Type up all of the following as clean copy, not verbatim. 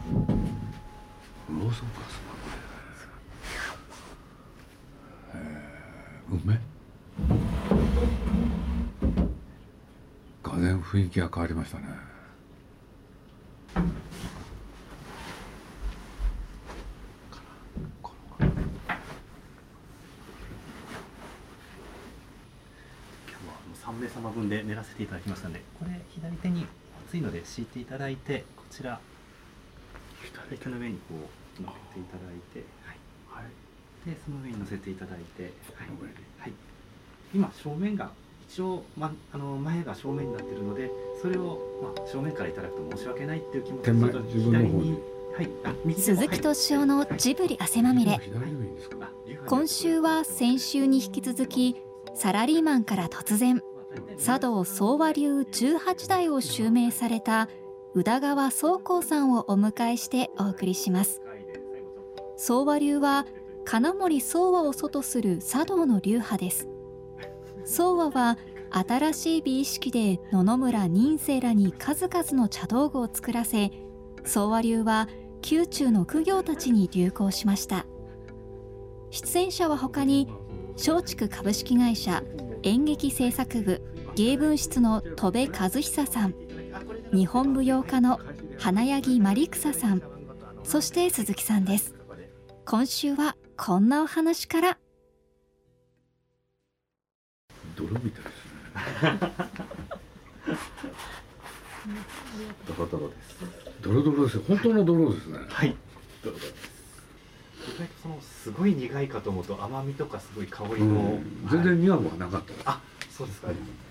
ろうそくかすな、梅。がぜん雰囲気が変わりましたね。 3名様分で練らせていただきましたので、これ左手に熱いので敷いていただいて、こちら左手の上にこう乗せていただいて、はい、でその上に乗せていただいて、はい、今正面が一応、前が正面になっているので、それを、正面からいただくと申し訳ないっていう気持ちで左に、 鈴木敏夫のジブリ汗まみれ。今週は先週に引き続き、サラリーマンから突然茶道宗和流18代を襲名された宇田川宗光さんをお迎えしてお送りします。宗和流は金森宗和を祖とする茶道の流派です。宗和は新しい美意識で野々村仁清らに数々の茶道具を作らせ、宗和流は宮中の公卿たちに流行しました。出演者は他に松竹株式会社演劇制作部芸文室の戸部和久さん、日本舞踊家の花柳まりくささん、そして鈴木さんです。今週はこんなお話から。 泥みたいですね。 ドロドロです。 ドロドロですよ。本当の泥ですね。 はい。ドロドロです。意外とそのすごい苦いかと思うと甘みとかすごい香りの、 全然苦くはなかったです。 あ、そうですか。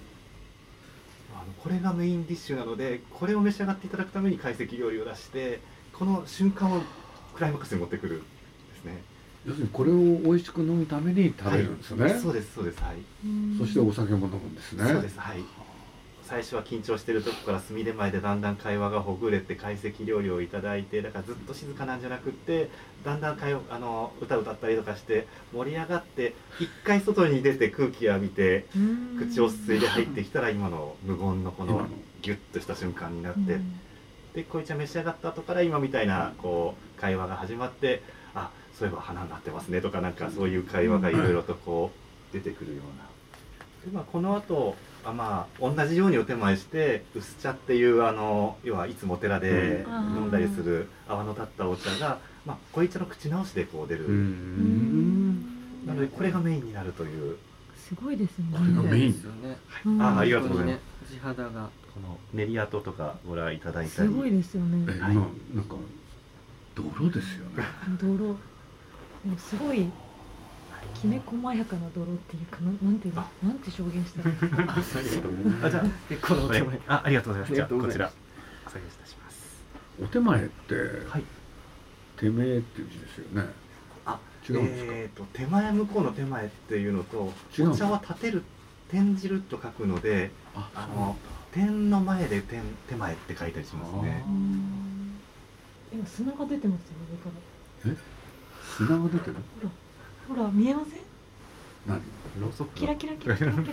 これがメインディッシュなので、これを召し上がっていただくために懐石料理を出して、この瞬間をクライマックスに持ってくるんですね。 要するにこれを美味しく飲むために食べるんですね。 そうですそうです。はい。 そしてお酒も飲むんですね。 そうです。はい。最初は緊張しているとこから炭手前でだんだん会話がほぐれて懐石料理をいただいて、だからずっと静かなんじゃなくってだんだん歌歌ったりとかして盛り上がって、一回外に出て空気を浴びて口をすすいで入ってきたら今の無言のこのギュッとした瞬間になって、でこいつは召し上がった後から今みたいなこう会話が始まって、あ、そういえば花になってますねとか、なんかそういう会話がいろいろとこう出てくるような。でこの後同じようにお手前して薄茶っていう要はいつもお寺で飲んだりする泡の立ったお茶が、こいつの口直しでこう出る。なのでこれがメインになるという。 すごいですね。 これがメインですよね。 ありがとうございます。 地肌がこの練り跡とかご覧いただいたり。 すごいですよね。 今なんか泥ですよね。 泥。でもすごい。きめ細やかな泥っていうか、なんて表現したらいいですか。 じゃあこのお手前、ありがとうございます。じゃあこちら作業いたします。 お手前って手前っていう字ですよね。違うんですか。 手前、向こうの手前っていうのと、お茶は立てる、転じると書くので、点の前で手前って書いたりしますね。 今砂が出てますよ、上から。 砂が出てる。 ほら見えません？ 何？ ろうそくキラキラキラキラキラって。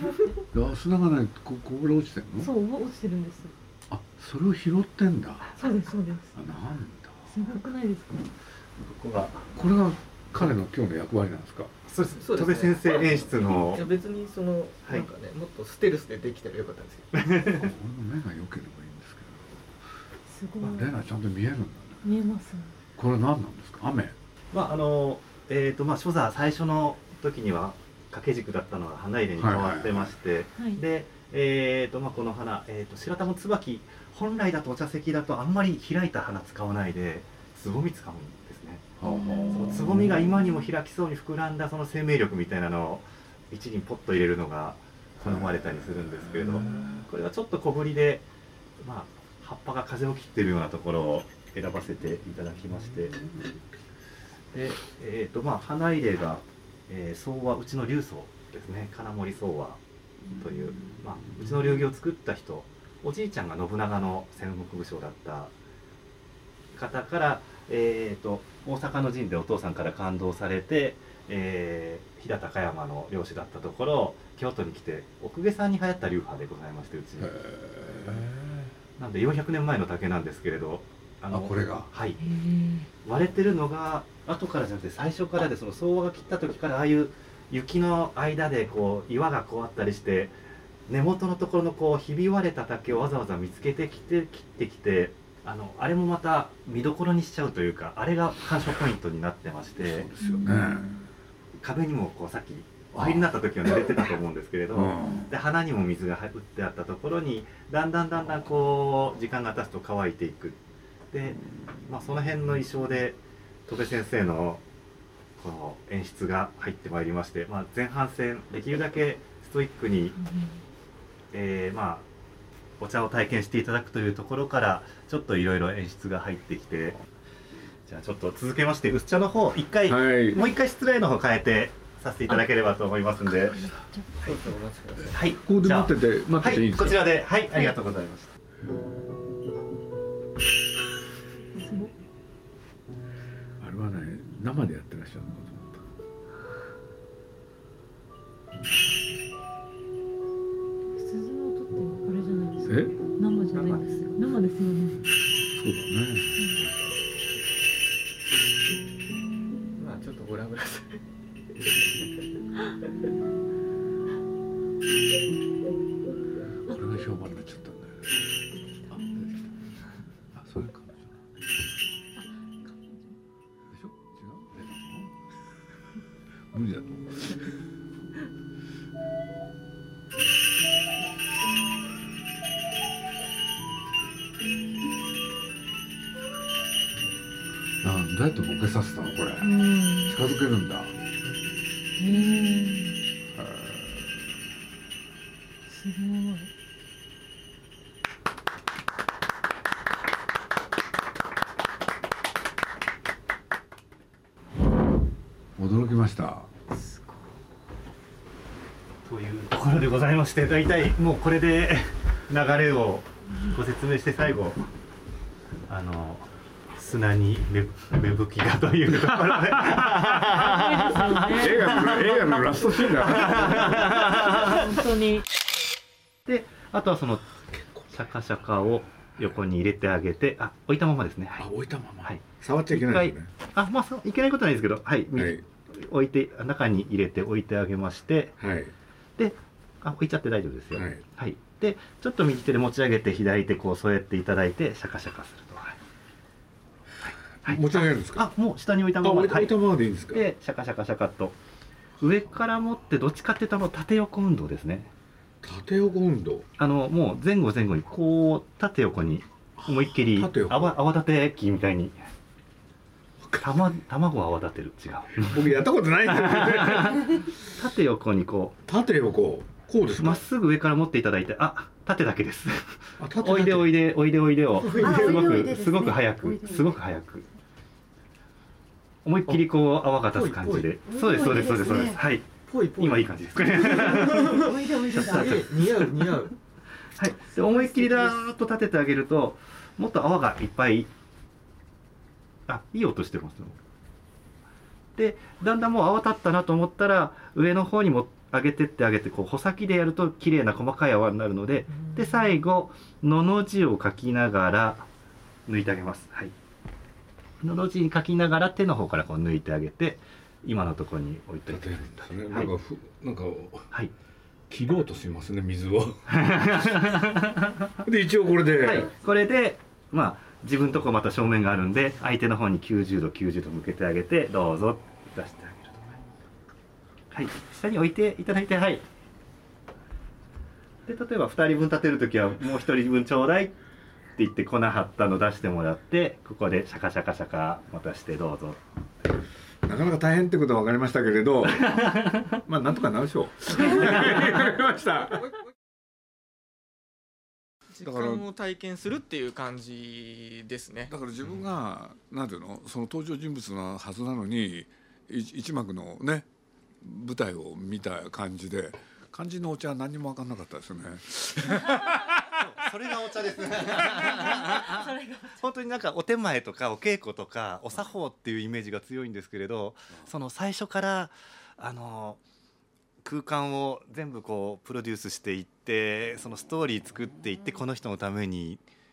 砂がないとこぼれ落ちてるの？ そう、落ちてるんです。 あ、それを拾ってんだ。 そうですそうです。 なんだ。 すごくないですか？ これが彼の今日の役割なんですか？ そうです。戸部先生演出の。 いや別にそのなんかね、もっとステルスでできたらよかったんですけど。 俺の目が良ければいいんですけど。すごい。レナちゃんと見えるんだね。 見えます。 これ何なんですか？雨。 初座最初の時には掛け軸だったのが花入れに変わってまして、でこの花、白玉椿、本来だとお茶席だとあんまり開いた花使わないでつぼみ使うんですね。そのつぼみが今にも開きそうに膨らんだその生命力みたいなのを一輪ポッと入れるのが好まれたりするんですけれど、これはちょっと小ぶりで、葉っぱが風を切っているようなところを選ばせていただきまして。で花入れが、宗和、うちの流宗ですね。金森宗和という、うちの流儀を作った人、おじいちゃんが信長の戦国武将だった方から、大阪の陣でお父さんから感動されて、飛騨高山の漁師だったところ京都に来て奥下さんに流行った流派でございまして、うちなので400年前の竹なんですけれど、 これがはい、割れてるのが後からじゃなくて最初からで、その相馬が切った時からああいう雪の間でこう岩がこうあったりして、根元のところのこうひび割れた竹をわざわざ見つけてきて切ってきて、あれもまた見どころにしちゃうというか、あれが鑑賞ポイントになってまして、 そうですよね。 壁にもこうさっきお入りになった時は濡れてたと思うんですけれど、で花にも水が打ってあったところにだんだんこう時間が経つと乾いていく。で、その辺の衣装で戸辺先生のこの演出が入ってまいりまして、前半戦できるだけストイックに、お茶を体験していただくというところからちょっといろいろ演出が入ってきて、じゃあちょっと続けまして薄茶の方一回、もう一回失礼の方変えてさせていただければと思いますんで、はい、 ここで待ってていいですか？ はい、こちらで、はい、ありがとうございました。 あれはね、生でやってらっしゃるのか鈴の音ってあれじゃないですか。 え？ 生じゃないんですよ。生ですよね。 そうだね。 ちょっとご覧ください。 これが評判になっちゃったんだよね。そういう感じでしょ？違う？無理だと思う。どうやってボケさせたのこれ？近づけるんだ。 すごい。 驚きました。 というところでございまして、大体もうこれで流れをご説明して最後砂に芽吹きがというところで映画のラストシーンだ本当に。 で、あとはそのシャカシャカを横に入れてあげて、置いたままですね。 置いたまま。 はい。 触っちゃいけないですね。 いけないことはないですけど、はい。置いて中に入れて置いてあげまして、 はい。 で、置いちゃって大丈夫ですよ。はい。で、ちょっと右手で持ち上げて左手こう添えていただいてシャカシャカすると。 持ち上げるんですか？ もう下に置いたまま。 置いたままでいいんですか？ で、シャカシャカシャカっと上から持ってどっちかっていうと縦横運動ですね。 縦横運動。 もう前後にこう縦横に思いっきり泡立て器みたいに卵を泡立てる。違う。 僕やったことないんですよ。 縦横にこう。 縦横こうですか？ まっすぐ上から持っていただいて、縦だけです。 おいでをすごく早く。思いっきりこう泡が立つ感じで。そうです。はい。今いい感じです。似合う。 はい。で思いっきりだーっと立ててあげると、もっと泡がいっぱい。いい音してますよ。で、だんだんもう泡立ったなと思ったら、上の方にも上げてってあげて、こう穂先でやると綺麗な細かい泡になるので、で最後のの字を書きながら抜いてあげます。はい。のの字に書きながら手の方からこう抜いてあげて、今のところに置いといて。 なんか切ろうとしますね、水を。で一応これで。 はい。これで自分のとこまた正面があるんで、相手の方に90度向けてあげて、どうぞ出してあげると。はい。下に置いていただいて、はい。で、例えば2人分立てるときは、もう1人分ちょうだいって言って粉張ったの出してもらって、ここでシャカシャカシャカまたしてどうぞ。 なかなか大変ってことは分かりましたけれど、なんとかなるでしょう。分かりました。 時間を体験するっていう感じですね。 だから自分がなんていうの、その登場人物のはずなのに一幕のね舞台を見た感じで、肝心のお茶は何にも分かんなかったですね。 それがお茶です。本当になんかお手前とかお稽古とかお作法っていうイメージが強いんですけれど、その最初から空間を全部こうプロデュースしていって、そのストーリー作っていって、この人のために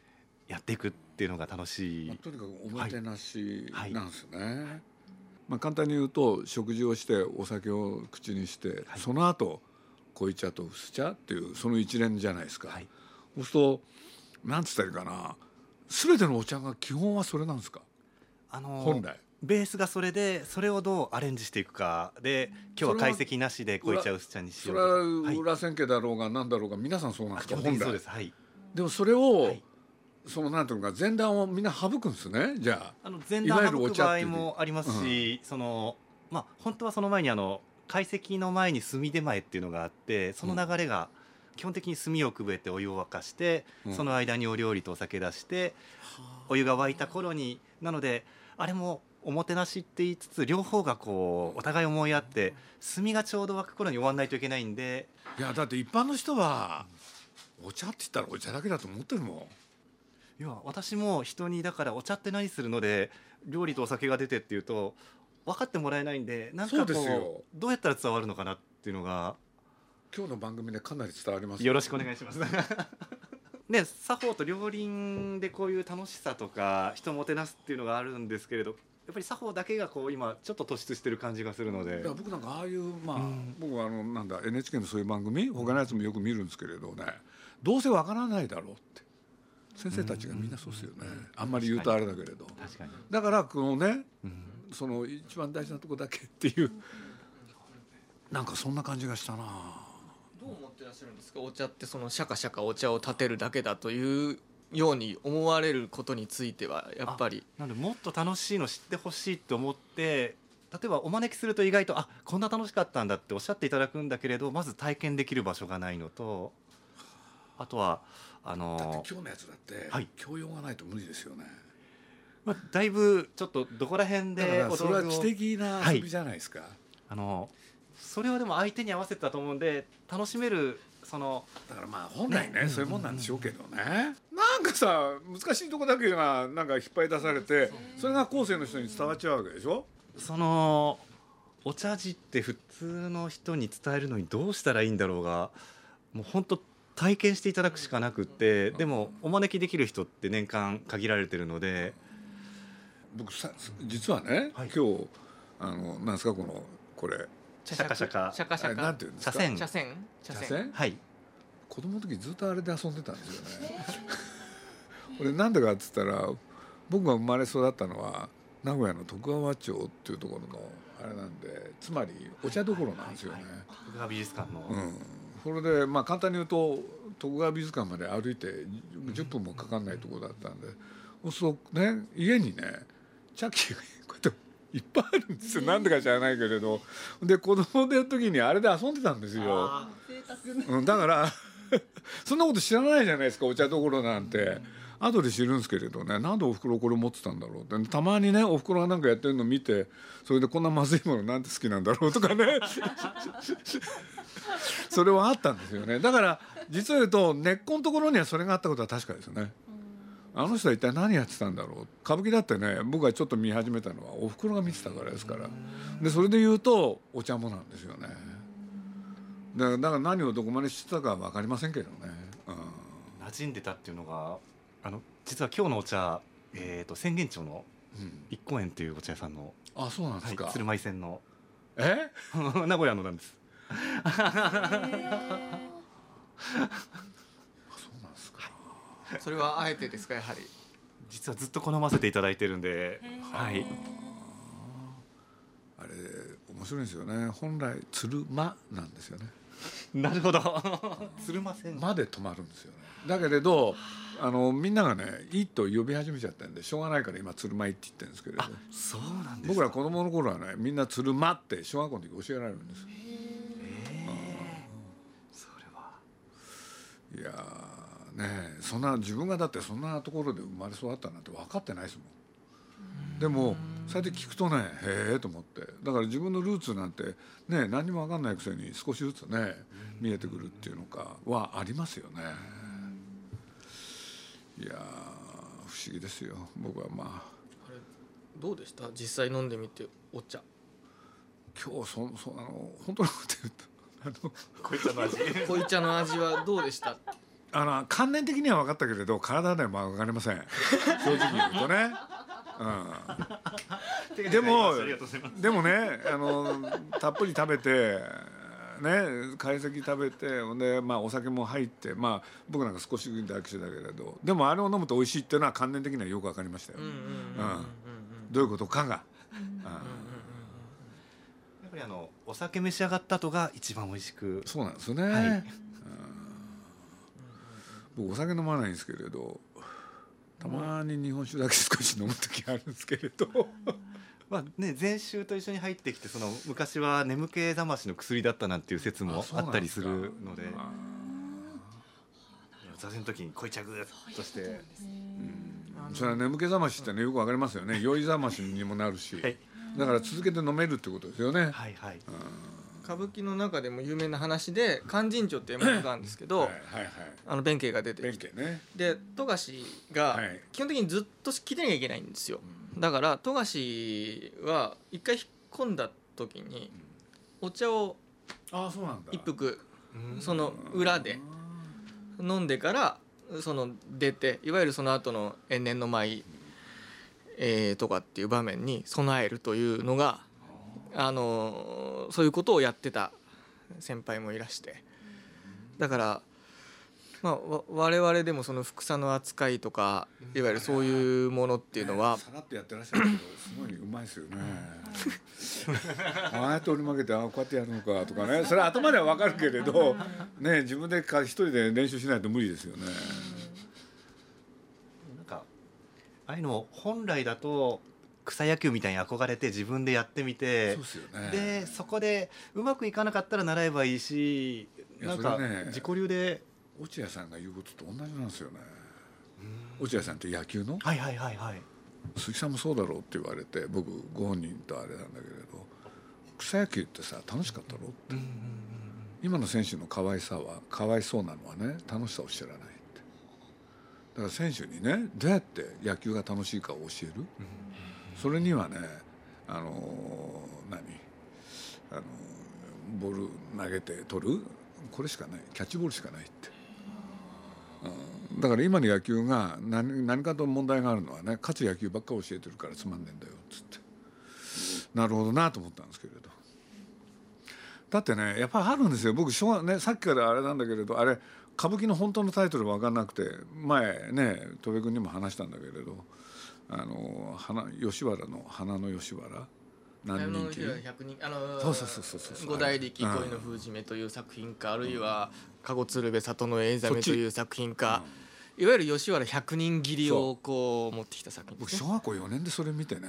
やっていくっていうのが楽しい、 とにかくおもてなしなんですね。簡単に言うと食事をしてお酒を口にして、その後濃茶と薄茶っていうその一連じゃないですか。そうするとなんつったらいいかな、全てのお茶が基本はそれなんですか？本来ベースがそれで、それをどうアレンジしていくかで、今日は懐石なしで濃茶薄茶にしようとか。 それは裏千家だろうが何だろうが皆さんそうなんですか？本来そうです。 でもそれを、そのなんていうか前段をみんな省くんですね。じゃあ前段省く場合もありますし、本当はその前に懐石の前に炭手前っていうのがあって、その流れが基本的に炭をくべてお湯を沸かして、その間にお料理とお酒出して、お湯が沸いた頃に、なのであれもおもてなしって言いつつ、両方がこうお互い思い合って、炭がちょうど沸く頃に終わんないといけないんで。 いやだって一般の人はお茶って言ったらお茶だけだと思ってるもん。 いや私も人にだからお茶って何するので料理とお酒が出てっていうと分かってもらえないんで、なんかこうどうやったら伝わるのかなっていうのが今日の番組でかなり伝わります。 よろしくお願いしますね、作法と両輪でこういう楽しさとか人をもてなすっていうのがあるんですけれど、やっぱり作法だけがこう今ちょっと突出してる感じがするので。 僕なんかああいう僕はNHK のそういう番組他のやつもよく見るんですけれどね、どうせわからないだろうって先生たちがみんなそうですよね。あんまり言うとあれだけれど、だからこのね、その一番大事なとこだけっていう、なんかそんな感じがしたな。 どう思ってらっしゃるんですか？お茶ってそのシャカシャカお茶を立てるだけだというように思われることについてはやっぱり。 なのでもっと楽しいの知ってほしいと思って、例えばお招きすると意外とこんな楽しかったんだっておっしゃっていただくんだけれど、まず体験できる場所がないのと、あとはだって今日のやつだって、教養がないと無理ですよね。 だいぶちょっとどこら辺でそれは知的な遊びじゃないですか。 それはでも相手に合わせてたと思うんで楽しめる。 だから本来ね、そういうもんなんでしょうけどね、なんかさ難しいとこだけがなんか引っ張り出されて、それが後世の人に伝わっちゃうわけでしょ。 お茶事って普通の人に伝えるのにどうしたらいいんだろうが、もう本当体験していただくしかなくって、でもお招きできる人って年間限られてるので、 僕実はね、今日なんですかこれシャカシャカシャカシャカなんていうんですか、 茶筅子供の時ずっとあれで遊んでたんですよねこれなんでかっつったら、僕が生まれ育ったのは名古屋の徳川町っていうところのあれなんで、つまりお茶どころなんですよね。 徳川美術館の、 それで簡単に言うと徳川美術館まで歩いて10分もかかんないところだったんで、そうね、家にね茶器がこうやっていっぱいあるんですよ。なんでか知らないけれど、で子供の時にあれで遊んでたんですよ。だからそんなこと知らないじゃないですか、お茶どころなんて。後で知るんですけれどね、なんでおふくろこれ持ってたんだろうって、たまにねおふくろがなんかやってるの見て、それでこんなまずいものなんて好きなんだろうとかねそれはあったんですよね。だから実を言うと根っこのところにはそれがあったことは確かですよね。あの人は一体何やってたんだろう。歌舞伎だってね、僕がちょっと見始めたのはおふくろが見てたからですから。でそれで言うとお茶もなんですよね。だから何をどこまで知ってたかは分かりませんけどね、 馴染んでたっていうのが実は今日のお茶、浅間町の一公園っていうお茶屋さんの、 そうなんですか、 鶴舞線の名古屋のなんですそうなんですか。 それはあえてですか？やはり実はずっと好ませていただいてるんで、 あれ面白いんですよね。本来鶴間なんですよね。 なるほど鶴間線まで止まるんですよね。だけれどみんながねいいと呼び始めちゃったんでしょうがないから今鶴舞って言ってるんですけれど、 そうなんですか。 僕ら子供の頃はねみんな鶴間って小学校の時教えられるんですよ。 それはいやね、そんな自分がだってそんなところで生まれ育ったなんて分かってないですもん。でもそうやって聞くとね、へえと思って、だから自分のルーツなんてね何にも分かんないくせに少しずつね見えてくるっていうのかはありますよね。いや不思議ですよ。僕はあれどうでした？実際飲んでみてお茶。 今日本当のこと言うと濃茶の味濃茶の味はどうでした？ 観念的には分かったけれど体では分かりません正直言うとね、でもねたっぷり食べてね懐石食べてで、お酒も入って、僕なんか少しだけだけれどでもあれを飲むと美味しいっていうのは観念的にはよく分かりましたよ。どういうことかが。 やっぱりお酒召し上がった後が一番美味しく。 そうなんですよね。僕お酒飲まないんですけれどたまに日本酒だけ少し飲む時あるんですけれど禅宗と一緒に入ってきて昔は眠気覚ましの薬だったなんていう説もあったりするので座禅の時に濃い茶ぐっとして、それは眠気覚ましってねよくわかりますよね。酔い覚ましにもなるし、だから続けて飲めるってことですよね。 歌舞伎の中でも有名な話で「勧進帳」っていうものがあるんですけど弁慶が出てきて、で富樫が基本的にずっと聞いてなきゃいけないんですよ。だから富樫は一回引っ込んだ時にお茶を一服その裏で飲んでから出て、いわゆるその後の延年の舞とかっていう場面に備えるというのがそういうことをやってた先輩もいらして、だから我々でもその服紗の扱いとかいわゆるそういうものっていうのはさらっとやってらっしゃるけどすごいうまいですよね。ああやって折り曲げてこうやってやるのかとかね、それは頭では分かるけれどね、自分で一人で練習しないと無理ですよね。 なんかああいうの本来だと草野球みたいに憧れて自分でやってみて、 そうですよね。 でそこでうまくいかなかったら習えばいいし、なんか自己流で落合さんが言うことと同じなんですよね。落合さんって野球の鈴木さんもそうだろうって言われて、僕ご本人とあれなんだけれど草野球ってさ楽しかったろって、今の選手のかわいそうなのはね楽しさを知らないって。だから選手にねどうやって野球が楽しいかを教える、それにはねボール投げて取るこれしかない、キャッチボールしかないって、だから今の野球が何かと問題があるのはね、勝つ野球ばっかり教えてるからつまんねえんだよっつって、なるほどなと思ったんですけれど、だってねやっぱりあるんですよ。僕さっきからあれなんだけれど、あれ歌舞伎の本当のタイトル分かんなくて、前ね戸辺君にも話したんだけれど、吉原の花の吉原何人気五代力恋の封じ目という作品か、あるいは籠鶴瓶里のエイザメという作品か、いわゆる吉原百人斬りをこう持ってきた作品ですね。 僕小学校4年でそれ見てね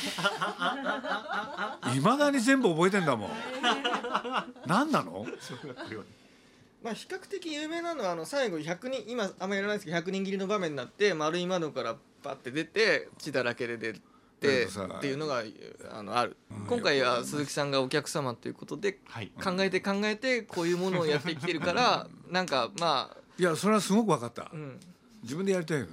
いまだに全部覚えてんだもん。何なの？ 比較的有名なのは最後100人、今あんまりやらないですけど100人斬りの場面になって丸い窓からパッて出て血だらけで出てっていうのがある。今回は鈴木さんがお客様ということで考えてこういうものをやってきてるからなんかいやそれはすごく分かった、自分でやりたいよね。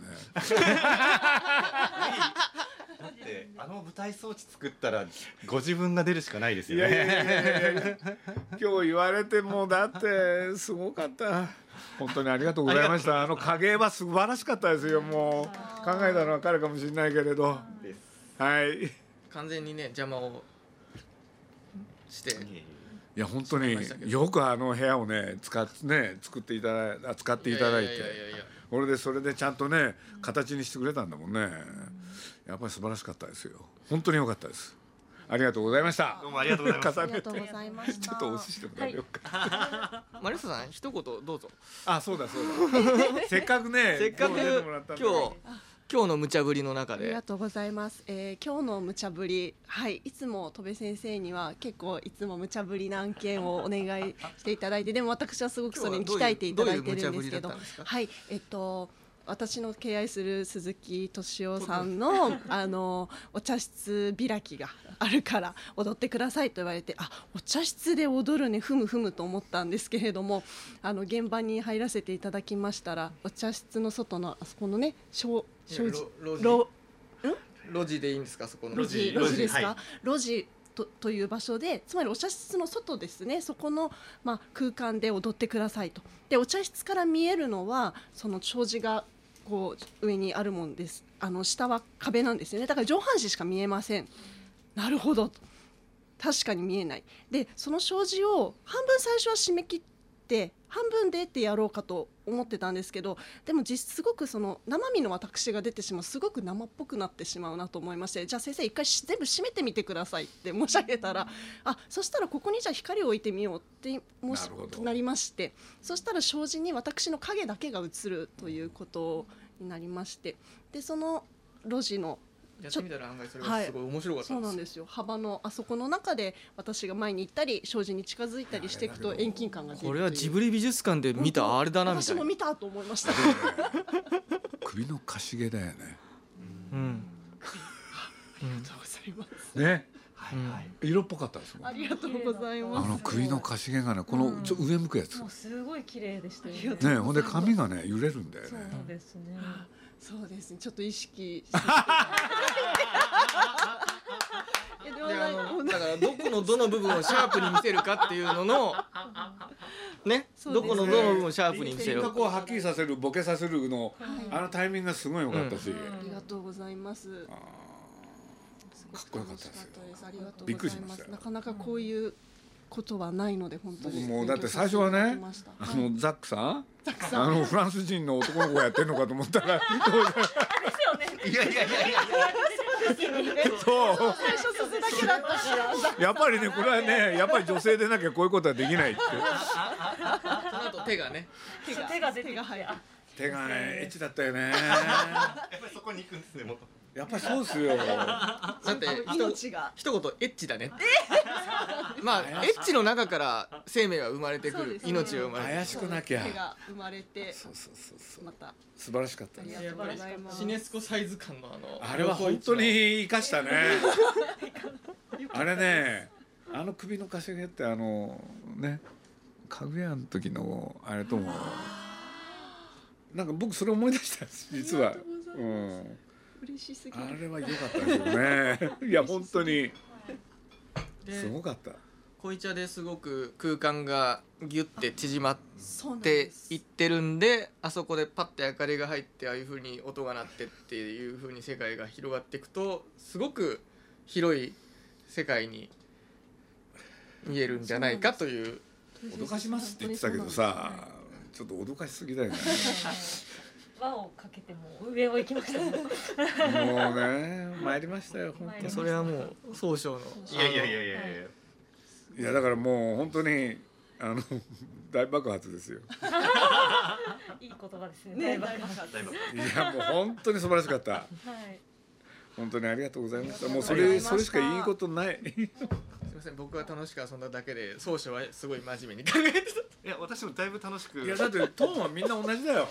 だって舞台装置作ったらご自分が出るしかないですよね。 今日言われてもだってすごかった。本当にありがとうございました。影絵は素晴らしかったですよ。もう考えたのは彼かもしれないけれど、はい、 完全にね邪魔をしていや本当によく部屋をね使っていただいて、それでちゃんとね形にしてくれたんだもんね。やっぱり素晴らしかったですよ。本当に良かったです。ありがとうございました。 どうもありがとうございました。 ありがとうございました。 ちょっとお寿司でも食べようか。 マリサさん一言どうぞ。 そうだせっかくね今日の無茶ぶりの中でありがとうございます。今日の無茶ぶり、いつも戸辺先生には結構いつも無茶ぶりな案件をお願いしていただいて、でも私はすごくそれに鍛えていただいてるんですけど、私の敬愛する鈴木敏夫さんのお茶室開きがあるから踊ってくださいと言われて、お茶室で踊るねふむふむと思ったんですけれども、現場に入らせていただきましたら、お茶室の外のあそこのね路地でいいんですか、そこの路地ですか、路地という場所で、つまりお茶室の外ですね、そこの、空間で踊ってくださいと。でお茶室から見えるのはその障子がこう上にあるもんです。下は壁なんですよね。だから上半身しか見えません。なるほど、確かに見えない。でその障子を半分最初は締め切って半分でってやろうかと思ってたんですけど、でもすごくその生身の私が出てしまう、すごく生っぽくなってしまうなと思いまして、じゃあ先生一回全部閉めてみてくださいって申し上げたら、そしたらここにじゃあ光を置いてみようってなりまして、そしたら障子に私の影だけが映るということになりまして、でその路地のやってみたら案外それがすごい面白かったんです。 そうなんですよ。幅のあそこの中で私が前に行ったり障子に近づいたりしていくと遠近感が出る。 これはジブリ美術館で見たあれだなみたいな。 私も見たと思いました。 首のかしげだよね。 ありがとうございます。 ね。色っぽかったですもん。 ありがとうございます。 首のかしげがね、この上向くやつ。 もうすごい綺麗でしたよね。 ね、ほんで髪がね揺れるんだよね。 そうですね。 そうですね。ちょっと意識して。 だからどこのどの部分をシャープに見せるかっていうののね、どこのどの部分をシャープに見せるか、 こうはっきりさせる、ボケさせるのタイミングがすごい良かったし。 ありがとうございます。 かっこよかったですよ。 ありがとうございます。 びっくりしました。 なかなかこういうことはないので本当に。 もうだって最初はね、ザックさん、フランス人の男の子がやってるのかと思ったら、 いやそうやっぱりね、これはね、やっぱり女性でなきゃこういうことはできないって。 その後手がね、 手が出て手がねエッチだったよね。やっぱりそこに行くんですね。もっとやっぱりそうですよ。 だって命が一言エッチだね。まあエッチの中から生命が生まれてくる、命が生まれて怪しくなきゃ。 手が生まれて、 そうまた素晴らしかったです。 シネスコサイズ感のあれは本当に生かしたね。あれね、首のかしげってね、かぐやの時のあれともなんか僕それ思い出したんです実は。 嬉しすぎる。 あれは良かったですよね。いや本当にすごかった。 濃茶ですごく空間がギュッて縮まっていってるんで、あそこでパッて明かりが入ってああいう風に音が鳴ってっていう風に世界が広がっていくと、すごく広い世界に見えるんじゃないかという。 脅かしますって言ってたけどさ、ちょっと脅かしすぎだよね。 輪をかけても上を行きましたね。 もうね、参りましたよ本当に。 それはもう総称の。 いやだからもう本当に大爆発ですよ。 いい言葉ですね。大爆発。 いやもう本当に素晴らしかった。はい。本当にありがとうございました。もうそれしか言いことない。 すみません、僕は楽しく遊んだだけで、総書はすごい真面目に考えてた。いや、私もだいぶ楽しく。 いやだってトーンはみんな同じだよ。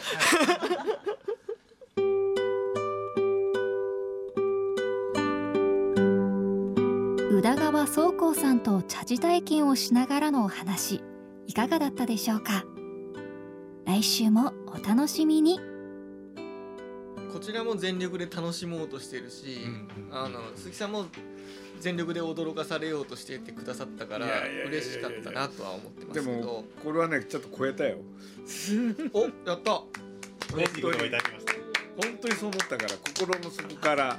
宇田川宗光さんと茶事体験をしながらのお話、いかがだったでしょうか。来週もお楽しみに。 こちらも全力で楽しもうとしてるし、鈴木さんも全力で驚かされようとしてってくださったから嬉しかったなとは思ってますけど。 でもこれはねちょっと超えたよ。 お、やった。 嬉しいことをいただきました。 本当にそう思ったから、心の底から。やった。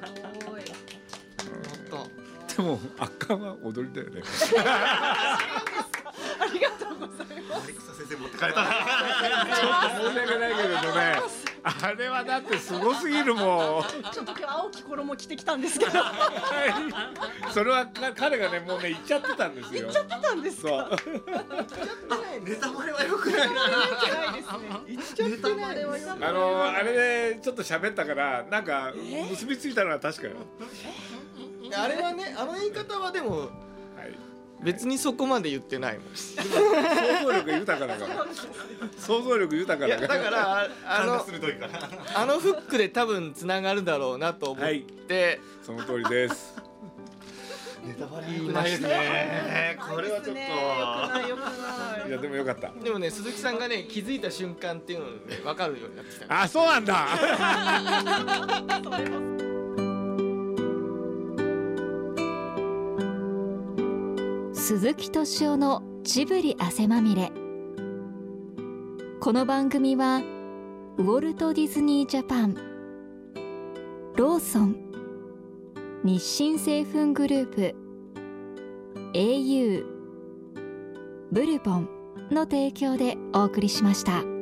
でも圧巻は踊りだよね。 ありがとうございます。 アレクサ先生持ってかれたな。 ちょっと申し訳ないけれどね、あれはだってすごすぎるもん。 ちょっと今日青き衣着てきたんですけど。 それは彼がねもうね言っちゃってたんですよ。 言っちゃってたんですか。 ネタバレは良くないな。 言っちゃってないです。 あれでちょっと喋ったからなんか結びついたのは確かよ。 あれはね、言い方はでも別にそこまで言ってないもん。 想像力豊かだから。想像力豊かだから。 だからフックで多分つながるだろうなと思って、 その通りです。 ネタバレ良くないですね。これはちょっと良くない。 いやでもよかった。 でもね、鈴木さんがね気づいた瞬間っていうので分かるようになってきた。 あ、そうなんだ。 鈴木敏夫のジブリ汗まみれ。この番組はウォルト・ディズニー・ジャパン、ローソン、日清製粉グループ、au、ブルボンの提供でお送りしました。